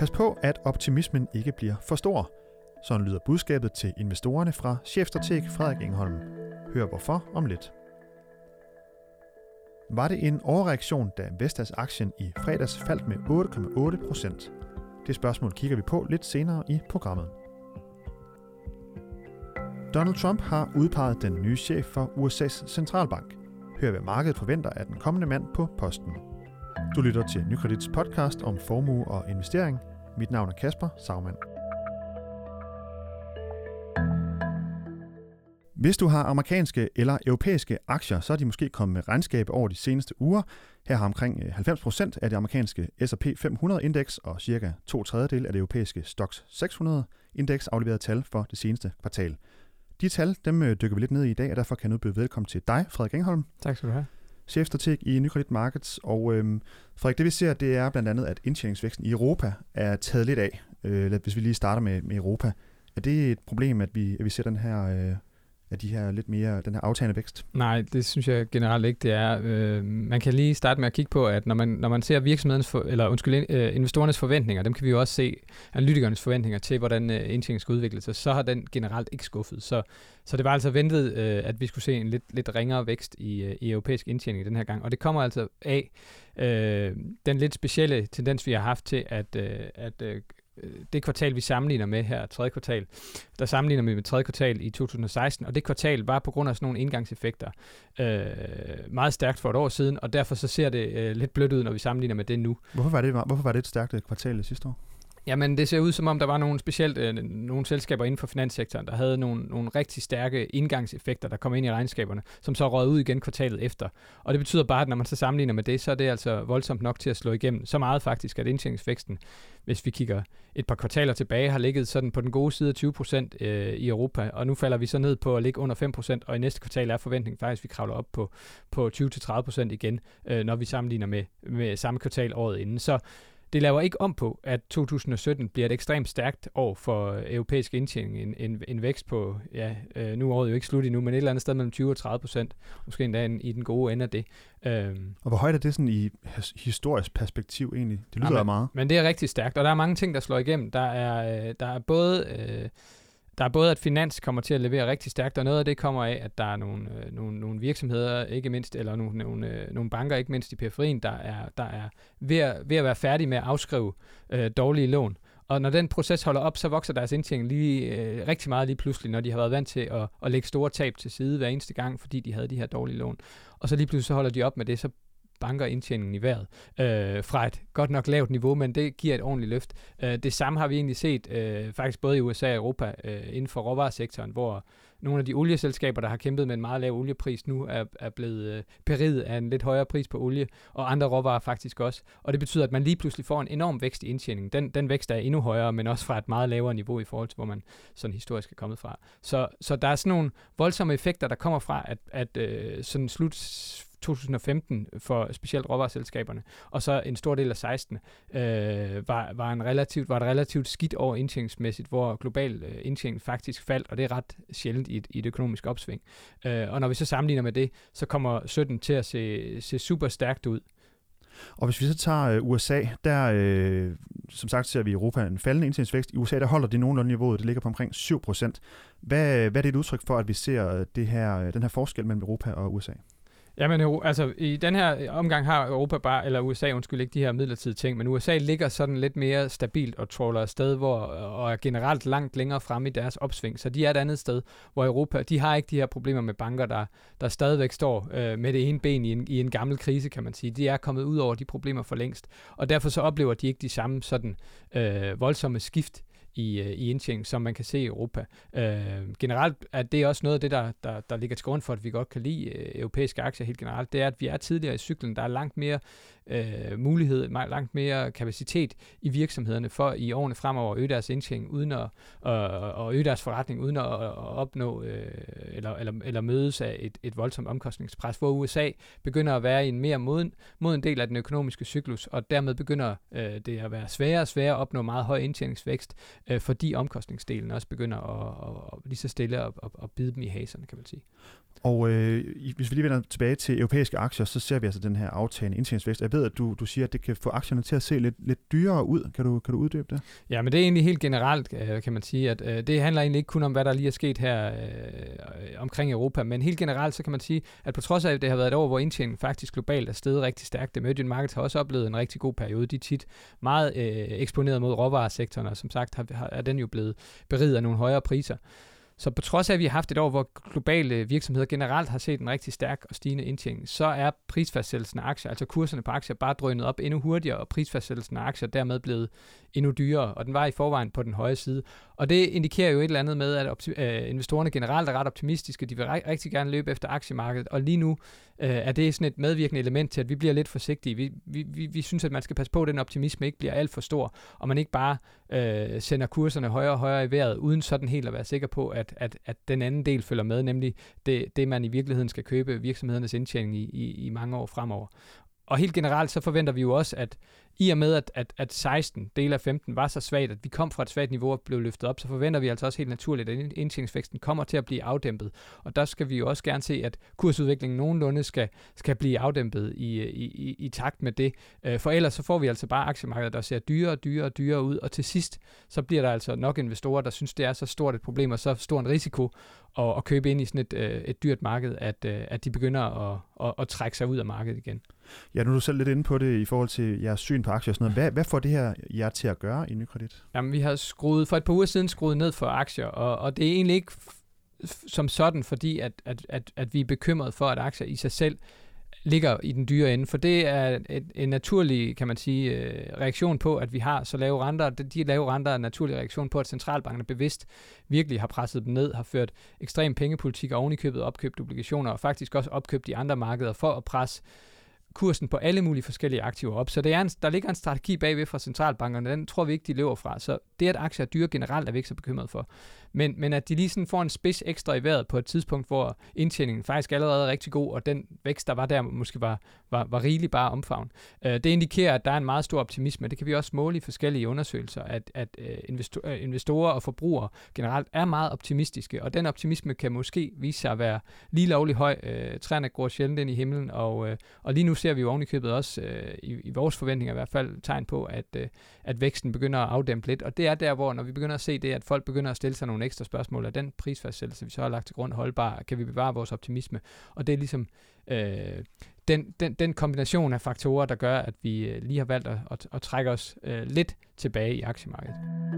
Pas på, at optimismen ikke bliver for stor. Sådan lyder budskabet til investorerne fra chefstrateg Frederik Engholm. Hør hvorfor om lidt. Var det en overreaktion, da Vestas-aktien i fredags faldt med 8,8%? Det spørgsmål kigger vi på lidt senere i programmet. Donald Trump har udpeget den nye chef for USA's centralbank. Hør, hvad markedet forventer af den kommende mand på posten. Du lytter til Nykredits podcast om formue og investering. Mit navn er Kasper Sagmann. Hvis du har amerikanske eller europæiske aktier, så er de måske kommet med regnskab over de seneste uger. Her har omkring 90% af det amerikanske S&P 500-indeks og cirka 2/3 af det europæiske Stoxx 600-indeks afleveret tal for det seneste kvartal. De tal, dem dykker vi lidt ned i dag, og derfor kan jeg nu byde velkommen til dig, Frederik Engholm. Tak skal du have. Chefstrateg i Nykredit Markets. Og Frederik, det vi ser, det er blandt andet, at indtjeningsvæksten i Europa er taget lidt af. Hvis vi lige starter med Europa. Er det et problem, at vi ser den her den her aftagende vækst? Nej, det synes jeg generelt ikke, det er. Man kan lige starte med at kigge på, at når man ser investorernes forventninger, dem kan vi jo også se analytikernes forventninger til, hvordan indtjeningen skal udvikle sig, så har den generelt ikke skuffet. Så det var altså ventet, at vi skulle se en lidt ringere vækst i europæisk indtjening den her gang. Og det kommer altså af den lidt specielle tendens, vi har haft til, at det kvartal, vi sammenligner med her, tredje kvartal, der sammenligner vi med tredje kvartal i 2016, og det kvartal var på grund af sådan nogle indgangseffekter meget stærkt for et år siden, og derfor så ser det lidt blødt ud, når vi sammenligner med det nu. Hvorfor var det et stærkt kvartal sidste år? Jamen, det ser ud som om, der var nogle selskaber inden for finanssektoren, der havde nogle rigtig stærke indgangseffekter, der kom ind i regnskaberne, som så røg ud igen kvartalet efter. Og det betyder bare, at når man så sammenligner med det, så er det altså voldsomt nok til at slå igennem. Så meget faktisk, at indtjeningsvæksten, hvis vi kigger et par kvartaler tilbage, har ligget sådan på den gode side af 20% i Europa, og nu falder vi så ned på at ligge under 5%, og i næste kvartal er forventningen faktisk, at vi kravler op på 20-30% igen, når vi sammenligner med samme kvartal året inden. Så det laver ikke om på, at 2017 bliver et ekstremt stærkt år for europæisk indtjening. En vækst på, nu er året jo ikke slut endnu, men et eller andet sted mellem 20 og 30%, måske endda i den gode ende af det. Og hvor højt er det sådan i historisk perspektiv egentlig? Det lyder meget. Men det er rigtig stærkt, og der er mange ting, der slår igennem. Der er både, at finans kommer til at levere rigtig stærkt, og noget af det kommer af, at der er nogle virksomheder, ikke mindst, eller nogle banker, ikke mindst i periferien, der er ved at være færdige med at afskrive dårlige lån. Og når den proces holder op, så vokser deres indtjening rigtig meget lige pludselig, når de har været vant til at lægge store tab til side hver eneste gang, fordi de havde de her dårlige lån. Og så lige pludselig så holder de op med det, så banker indtjeningen i vejret fra et godt nok lavt niveau, men det giver et ordentligt løft. Det samme har vi egentlig set faktisk både i USA og Europa inden for råvaresektoren, hvor nogle af de olieselskaber, der har kæmpet med en meget lav oliepris, nu er blevet beriget af en lidt højere pris på olie, og andre råvarer faktisk også. Og det betyder, at man lige pludselig får en enorm vækst i indtjeningen. Den vækst er endnu højere, men også fra et meget lavere niveau i forhold til, hvor man sådan historisk er kommet fra. Så der er sådan nogle voldsomme effekter, der kommer fra, at sådan slut 2015 for specielt råvareselskaberne, og så en stor del af 16 var et relativt skidt år indtjeningsmæssigt, hvor global indtjening faktisk faldt, og det er ret sjældent i et økonomisk opsving. Og når vi så sammenligner med det, så kommer 17 til at se super stærkt ud. Og hvis vi så tager USA, der som sagt ser vi i Europa en faldende indtjeningsvækst. I USA, der holder det nogenlunde niveauet, det ligger på omkring 7%. Hvad er det et udtryk for, at vi ser den her forskel mellem Europa og USA? Jamen, altså i den her omgang har USA ikke de her midlertidige ting, men USA ligger sådan lidt mere stabilt og trawler afsted, og er generelt langt længere fremme i deres opsving, så de er et andet sted, hvor Europa, de har ikke de her problemer med banker, der stadigvæk står med det ene ben i en gammel krise, kan man sige. De er kommet ud over de problemer for længst, og derfor så oplever de ikke de samme sådan voldsomme skift i indtjening, som man kan se i Europa. Generelt er det også noget af det, der ligger til grund for, at vi godt kan lide europæiske aktier helt generelt, det er, at vi er tidligere i cyklen. Der er langt mere mulighed, langt mere kapacitet i virksomhederne for i årene fremover at øge deres indtjening, uden at øge deres forretning, uden at opnå eller mødes af et voldsomt omkostningspres, hvor USA begynder at være i en mere moden del af den økonomiske cyklus, og dermed begynder det at være sværere og sværere at opnå meget høj indtjeningsvækst, fordi omkostningsdelen også begynder at lige så stille at bide dem i haserne, kan man sige. Og hvis vi lige vender tilbage til europæiske aktier, så ser vi altså den her aftagende indtjeningsvækst. Jeg ved, ved, at du siger, at det kan få aktierne til at se lidt dyrere ud. Kan du uddybe det? Ja, men det er egentlig helt generelt, kan man sige, at det handler egentlig ikke kun om, hvad der lige er sket her omkring Europa, men helt generelt, så kan man sige, at på trods af, at det har været et år, hvor indtjeningen faktisk globalt er steget rigtig stærkt, emerging markets har også oplevet en rigtig god periode. De er tit meget eksponeret mod råvaresektoren, og som sagt er den jo blevet beriget af nogle højere priser. Så på trods af, at vi har haft et år, hvor globale virksomheder generelt har set en rigtig stærk og stigende indtjening, så er prisfastsættelsen af aktier, altså kurserne på aktier, bare drønet op endnu hurtigere, og prisfastsættelsen af aktier dermed blevet endnu dyrere, og den var i forvejen på den høje side. Og det indikerer jo et eller andet med, at investorerne generelt er ret optimistiske, de vil rigtig gerne løbe efter aktiemarkedet, og lige nu er det sådan et medvirkende element til, at vi bliver lidt forsigtige. Vi synes, at man skal passe på, at den optimisme ikke bliver alt for stor, og man ikke bare sender kurserne højere og højere i vejret, uden sådan helt at være sikker på, at den anden del følger med, nemlig det man i virkeligheden skal købe virksomhedernes indtjening i mange år fremover. Og helt generelt så forventer vi jo også, at i og med, at 16 dele af 15 var så svagt, at vi kom fra et svagt niveau og blev løftet op, så forventer vi altså også helt naturligt, at indtjeningsvæksten kommer til at blive afdæmpet. Og der skal vi jo også gerne se, at kursudviklingen nogenlunde skal blive afdæmpet i takt med det. For ellers så får vi altså bare aktiemarkedet, der ser dyrere ud, og til sidst så bliver der altså nok investorer, der synes, det er så stort et problem og så stor en risiko at købe ind i sådan et dyrt marked, at de begynder at trække sig ud af markedet igen. Ja, nu er du selv lidt inde på det i forhold til jeres syn på aktier og sådan noget. Hvad får det her jer til at gøre i Nykredit? Jamen, vi har for et par uger siden skruet ned for aktier, og det er egentlig ikke som sådan, fordi at vi er bekymret for, at aktier i sig selv ligger i den dyre ende, for det er en naturlig, kan man sige, reaktion på, at vi har så lave renter. De lave renter er en naturlig reaktion på, at centralbankerne bevidst virkelig har presset dem ned, har ført ekstrem pengepolitik og ovenikøbet opkøbt obligationer, og faktisk også opkøbt de andre markeder for at presse kursen på alle mulige forskellige aktiver op. Så der ligger en strategi bagved fra centralbankerne, den tror vi ikke, de løber fra. Så det, at aktier er dyre generelt, er vi ikke så bekymret for. Men at de lige sådan får en spids ekstra i vejret på et tidspunkt, hvor indtjeningen faktisk allerede er rigtig god, og den vækst, der var der, måske var rigelig bare omfavn. Det indikerer, at der er en meget stor optimisme. Det kan vi også måle i forskellige undersøgelser, at investorer og forbrugere generelt er meget optimistiske, og den optimisme kan måske vise sig at være lige lovlig høj. Træerne går sjældent ind i himlen, og lige nu ser vi jo ovenikøbet også i vores forventninger i hvert fald tegn på, at væksten begynder at afdæmpe lidt, og det er der, hvor når vi begynder at se det, at folk begynder at stille sig nogle ekstra spørgsmål, af den prisfastsættelse, vi så har lagt til grund holdbar, kan vi bevare vores optimisme, og det er ligesom den kombination af faktorer, der gør, at vi lige har valgt at trække os lidt tilbage i aktiemarkedet.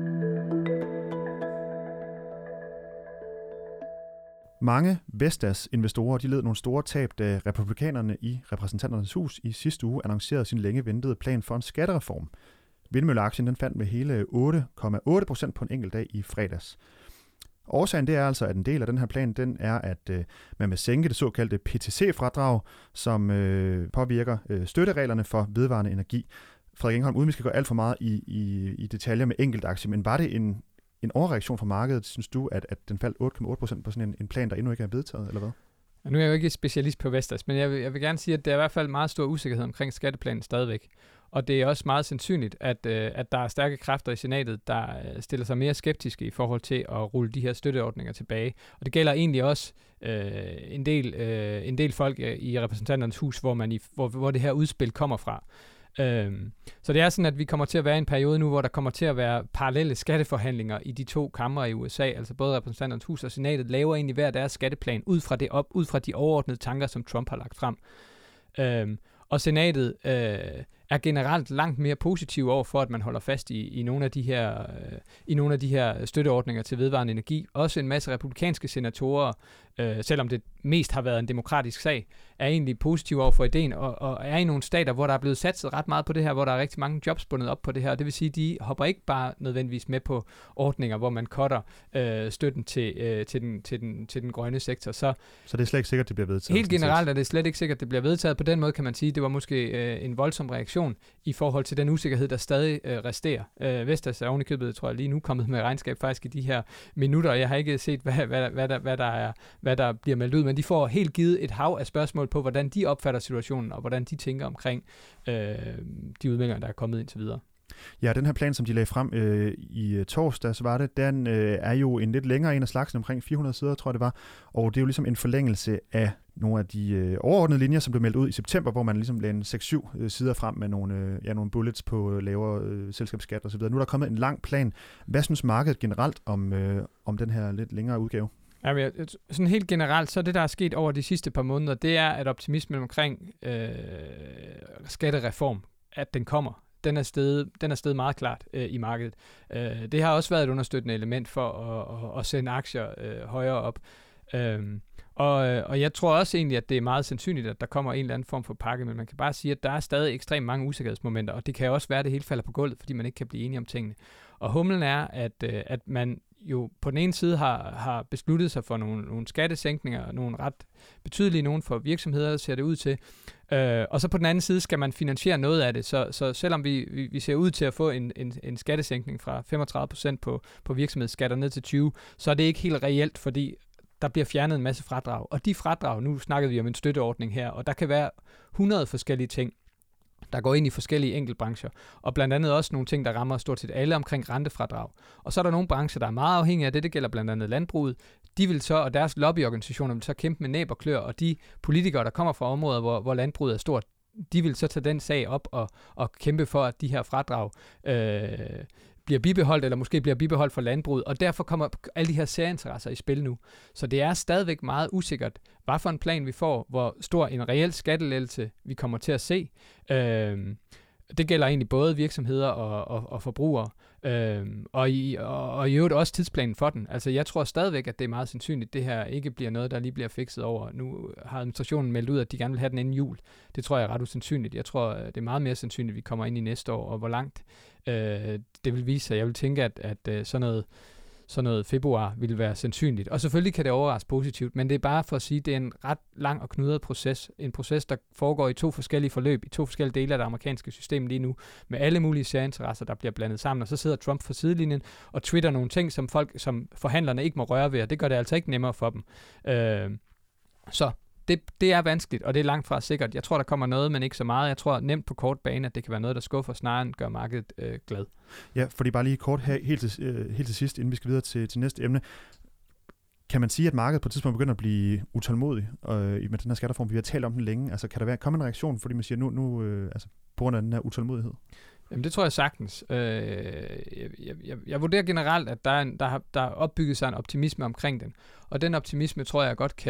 Mange Vestas-investorer de led nogle store tab, da republikanerne i repræsentanternes hus i sidste uge annoncerede sin længe ventede plan for en skattereform. Vindmølleaktien den fandt med hele 8,8% på en enkelt dag i fredags. Årsagen det er altså, at en del af den her plan, den er, at man vil sænke det såkaldte PTC-fradrag, som påvirker støttereglerne for vedvarende energi. Frederik Engholm, uden vi skal gå alt for meget i detaljer med enkeltaktier, men var det en overreaktion fra markedet, synes du, at den faldt 8,8% på sådan en plan, der endnu ikke er vedtaget, eller hvad? Nu er jeg jo ikke specialist på Vestas, men jeg vil gerne sige, at der er i hvert fald meget stor usikkerhed omkring skatteplanen stadigvæk. Og det er også meget sandsynligt, at der er stærke kræfter i senatet, der stiller sig mere skeptiske i forhold til at rulle de her støtteordninger tilbage. Og det gælder egentlig også en del folk i repræsentanternes hus, hvor det her udspil kommer fra. Så det er sådan, at vi kommer til at være i en periode nu, hvor der kommer til at være parallelle skatteforhandlinger i de to kamre i USA, altså både repræsentanternes hus og senatet laver egentlig hver deres skatteplan ud fra de overordnede tanker, som Trump har lagt frem. Og senatet er generelt langt mere positiv over for, at man holder fast i nogle af de her støtteordninger til vedvarende energi. Også en masse republikanske senatorer, selvom det mest har været en demokratisk sag, er egentlig positive over for ideen, og er i nogle stater, hvor der er blevet satset ret meget på det her, hvor der er rigtig mange jobs bundet op på det her. Det vil sige, de hopper ikke bare nødvendigvis med på ordninger, hvor man cutter støtten til den grønne sektor. Så det er slet ikke sikkert, det bliver vedtaget? Helt generelt er det slet ikke sikkert, det bliver vedtaget. På den måde kan man sige, det var måske en voldsom reaktion i forhold til den usikkerhed, der stadig resterer. Vestas er ovenikøbet, tror jeg, lige nu kommet med regnskab faktisk i de her minutter. Jeg har ikke set, hvad der bliver meldt ud, men de får helt givet et hav af spørgsmål på, hvordan de opfatter situationen, og hvordan de tænker omkring de udmeldinger, der er kommet indtil videre. Ja, den her plan, som de lagde frem i torsdags, var det, den er jo en lidt længere en af slagsen, omkring 400 sider, tror jeg det var, og det er jo ligesom en forlængelse af nogle af de overordnede linjer, som blev meldt ud i september, hvor man ligesom lagde 6-7 sider frem med nogle bullets på lavere selskabsskat osv. Nu er der kommet en lang plan. Hvad synes markedet generelt om den her lidt længere udgave? Ja, sådan helt generelt, så det, der er sket over de sidste par måneder, det er, at optimismen omkring skattereform, at den kommer, den er steget meget klart i markedet. Det har også været et understøttende element for at sende aktier højere op. Og jeg tror også egentlig, at det er meget sandsynligt, at der kommer en eller anden form for pakke, men man kan bare sige, at der er stadig ekstremt mange usikkerhedsmomenter, og det kan også være, at det hele falder på gulvet, fordi man ikke kan blive enige om tingene. Og humlen er, at man jo på den ene side har besluttet sig for nogle skattesænkninger, nogle ret betydelige, nogle for virksomheder, ser det ud til. Og så på den anden side skal man finansiere noget af det, så selvom vi ser ud til at få en skattesænkning fra 35% på virksomhedsskatter ned til 20%, så er det ikke helt reelt, fordi der bliver fjernet en masse fradrag. Og de fradrag, nu snakkede vi om en støtteordning her, og der kan være 100 forskellige ting, der går ind i forskellige enkeltbrancher, og blandt andet også nogle ting, der rammer stort set alle omkring rentefradrag. Og så er der nogle brancher, der er meget afhængige af det. Det gælder blandt andet landbruget. De vil så, og deres lobbyorganisationer vil så kæmpe med næb og klør, og de politikere, der kommer fra områder, hvor landbruget er stort, de vil så tage den sag op og kæmpe for, at de her fradrag bliver bibeholdt, eller måske bliver bibeholdt for landbruget, og derfor kommer alle de her særinteresser i spil nu. Så det er stadigvæk meget usikkert, hvad for en plan vi får, hvor stor en reel skattelettelse vi kommer til at se. Det gælder egentlig både virksomheder og forbrugere, og i øvrigt også tidsplanen for den. Altså jeg tror stadigvæk, at det er meget sandsynligt, at det her ikke bliver noget, der lige bliver fikset over. Nu har administrationen meldt ud, at de gerne vil have den inden jul. Det tror jeg er ret usandsynligt. Jeg tror, det er meget mere sandsynligt, at vi kommer ind i næste år, og hvor langt det vil vise sig. Jeg vil tænke, at sådan noget februar ville være sandsynligt. Og selvfølgelig kan det overraske positivt, men det er bare for at sige, at det er en ret lang og knudret proces. En proces, der foregår i 2 forskellige forløb, i 2 forskellige dele af det amerikanske system lige nu, med alle mulige særinteresser, der bliver blandet sammen. Og så sidder Trump for sidelinjen og twitter nogle ting, som forhandlerne ikke må røre ved, og det gør det altså ikke nemmere for dem. Så det er vanskeligt, og det er langt fra sikkert. Jeg tror, der kommer noget, men ikke så meget. Jeg tror nemt på kort bane, at det kan være noget, der skuffer snarere end gør markedet glad. Ja, fordi bare lige kort her, helt til sidst, inden vi skal videre til næste emne. Kan man sige, at markedet på et tidspunkt begynder at blive utålmodig med den her skattereform? Vi har talt om den længe. Altså, kan der komme en reaktion, fordi man siger nu altså, på grund af den her utålmodighed? Jamen, det tror jeg sagtens. Jeg vurderer generelt, at der har opbygget sig en optimisme omkring den. Og den optimisme, tror jeg godt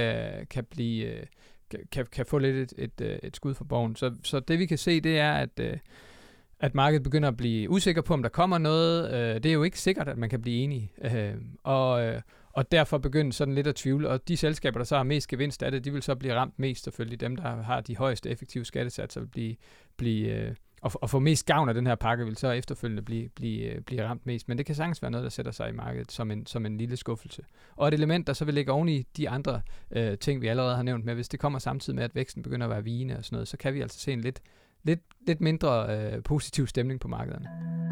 kan få lidt et skud for boven. Så det vi kan se, det er, at markedet begynder at blive usikker på, om der kommer noget. Det er jo ikke sikkert, at man kan blive enige. Og derfor begynder sådan lidt at tvivle. Og de selskaber, der så har mest gevinst af det, de vil så blive ramt mest selvfølgelig. Dem, der har de højeste effektive skattesatser, vil blive og få mest gavn af den her pakke, vil så efterfølgende blive ramt mest. Men det kan sagtens være noget, der sætter sig i markedet som en lille skuffelse. Og et element, der så vil ligge oven i de andre ting, vi allerede har nævnt med, hvis det kommer samtidig med, at væksten begynder at være vigende og sådan noget, så kan vi altså se en lidt mindre positiv stemning på markederne.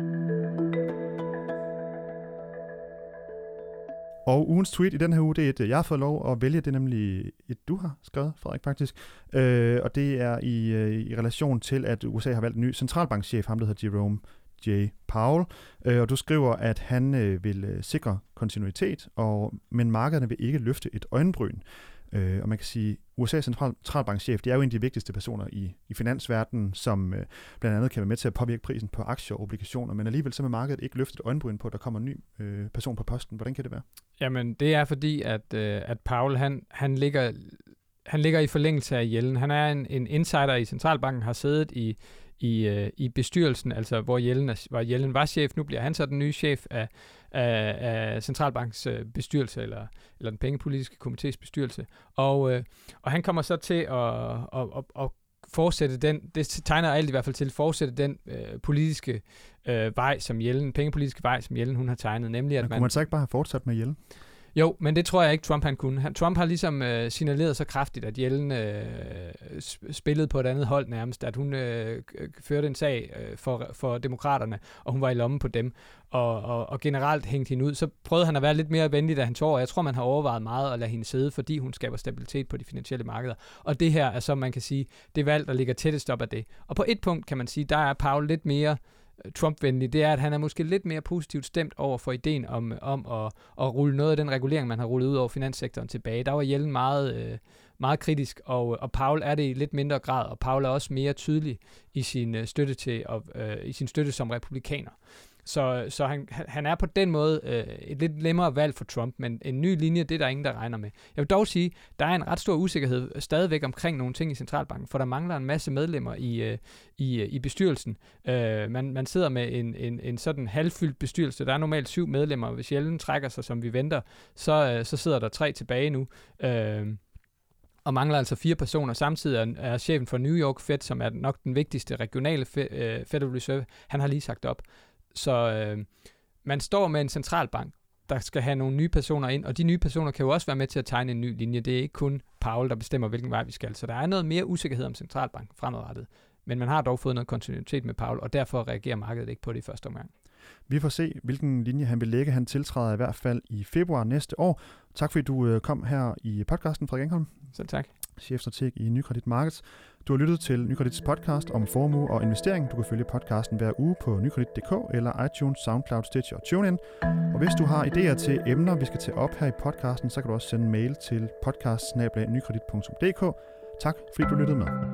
Og ugens tweet i den her uge, det er et, jeg har fået lov at vælge. Det er nemlig et, du har skrevet, Frederik, faktisk. Og det er i relation til, at USA har valgt en ny centralbankchef, ham der hedder Jerome J. Powell. Og du skriver, at han vil sikre kontinuitet, men markederne vil ikke løfte et øjenbryn. Og man kan sige, at USA's centralbankchef, det er jo en af de vigtigste personer i finansverdenen, som blandt andet kan være med til at påvirke prisen på aktier og obligationer, men alligevel så vil markedet ikke løfte et øjenbryn på, at der kommer en ny person på posten. Hvordan kan det være? Jamen, det er fordi, at Powell, han ligger i forlængelse af Yellen. Han er en insider i centralbanken, har siddet i bestyrelsen, altså hvor Yellen var chef. Nu bliver han så den nye chef af centralbankens bestyrelse, eller den pengepolitiske komités bestyrelse. Og han kommer så til at fortsætte den, det tegner alt i hvert fald til, fortsætte den politiske vej, som Yellen, pengepolitiske vej, som Yellen hun har tegnet, nemlig at kunne man så ikke bare have fortsat med Yellen? Jo, men det tror jeg ikke, Trump han kunne. Trump har ligesom signaleret så kraftigt, at Yellen spillede på et andet hold nærmest, at hun førte en sag for demokraterne, og hun var i lommen på dem, og generelt hængte hende ud. Så prøvede han at være lidt mere venlig, da han tog over. Jeg tror, man har overvejet meget at lade hende sidde, fordi hun skaber stabilitet på de finansielle markeder. Og det her er så, man kan sige, det valg, der ligger tættest op af det. Og på et punkt kan man sige, der er Powell lidt mere Trump-venlig, det er, at han er måske lidt mere positivt stemt over for ideen om at rulle noget af den regulering, man har rullet ud over finanssektoren tilbage. Der var Yellen meget kritisk, og Powell er det i lidt mindre grad, og Powell er også mere tydelig i sin støtte som republikaner. Så han er på den måde et lidt nemmere valg for Trump, men en ny linje, det er der ingen, der regner med. Jeg vil dog sige, der er en ret stor usikkerhed stadigvæk omkring nogle ting i centralbanken, for der mangler en masse medlemmer i bestyrelsen. Man sidder med en sådan halvfyldt bestyrelse. Der er normalt 7 medlemmer. Hvis Yellen trækker sig, som vi venter, så sidder der 3 tilbage nu. Og mangler altså 4 personer. Samtidig er chefen for New York Fed, som er nok den vigtigste regionale Federal Reserve, han har lige sagt op. Så man står med en centralbank, der skal have nogle nye personer ind, og de nye personer kan jo også være med til at tegne en ny linje. Det er ikke kun Powell, der bestemmer, hvilken vej vi skal. Så der er noget mere usikkerhed om centralbanken fremadrettet. Men man har dog fået noget kontinuitet med Powell, og derfor reagerer markedet ikke på det i første omgang. Vi får se, hvilken linje han vil lægge. Han tiltræder i hvert fald i februar næste år. Tak fordi du kom her i podcasten, Frederik Engholm. Selv tak. Chefstrateg i Nykredit Markets. Du har lyttet til Nykredits podcast om formue og investering. Du kan følge podcasten hver uge på nykredit.dk eller iTunes, SoundCloud, Stitcher og TuneIn. Og hvis du har idéer til emner, vi skal tage op her i podcasten, så kan du også sende en mail til podcast@nykredit.dk. Tak fordi du lyttede med.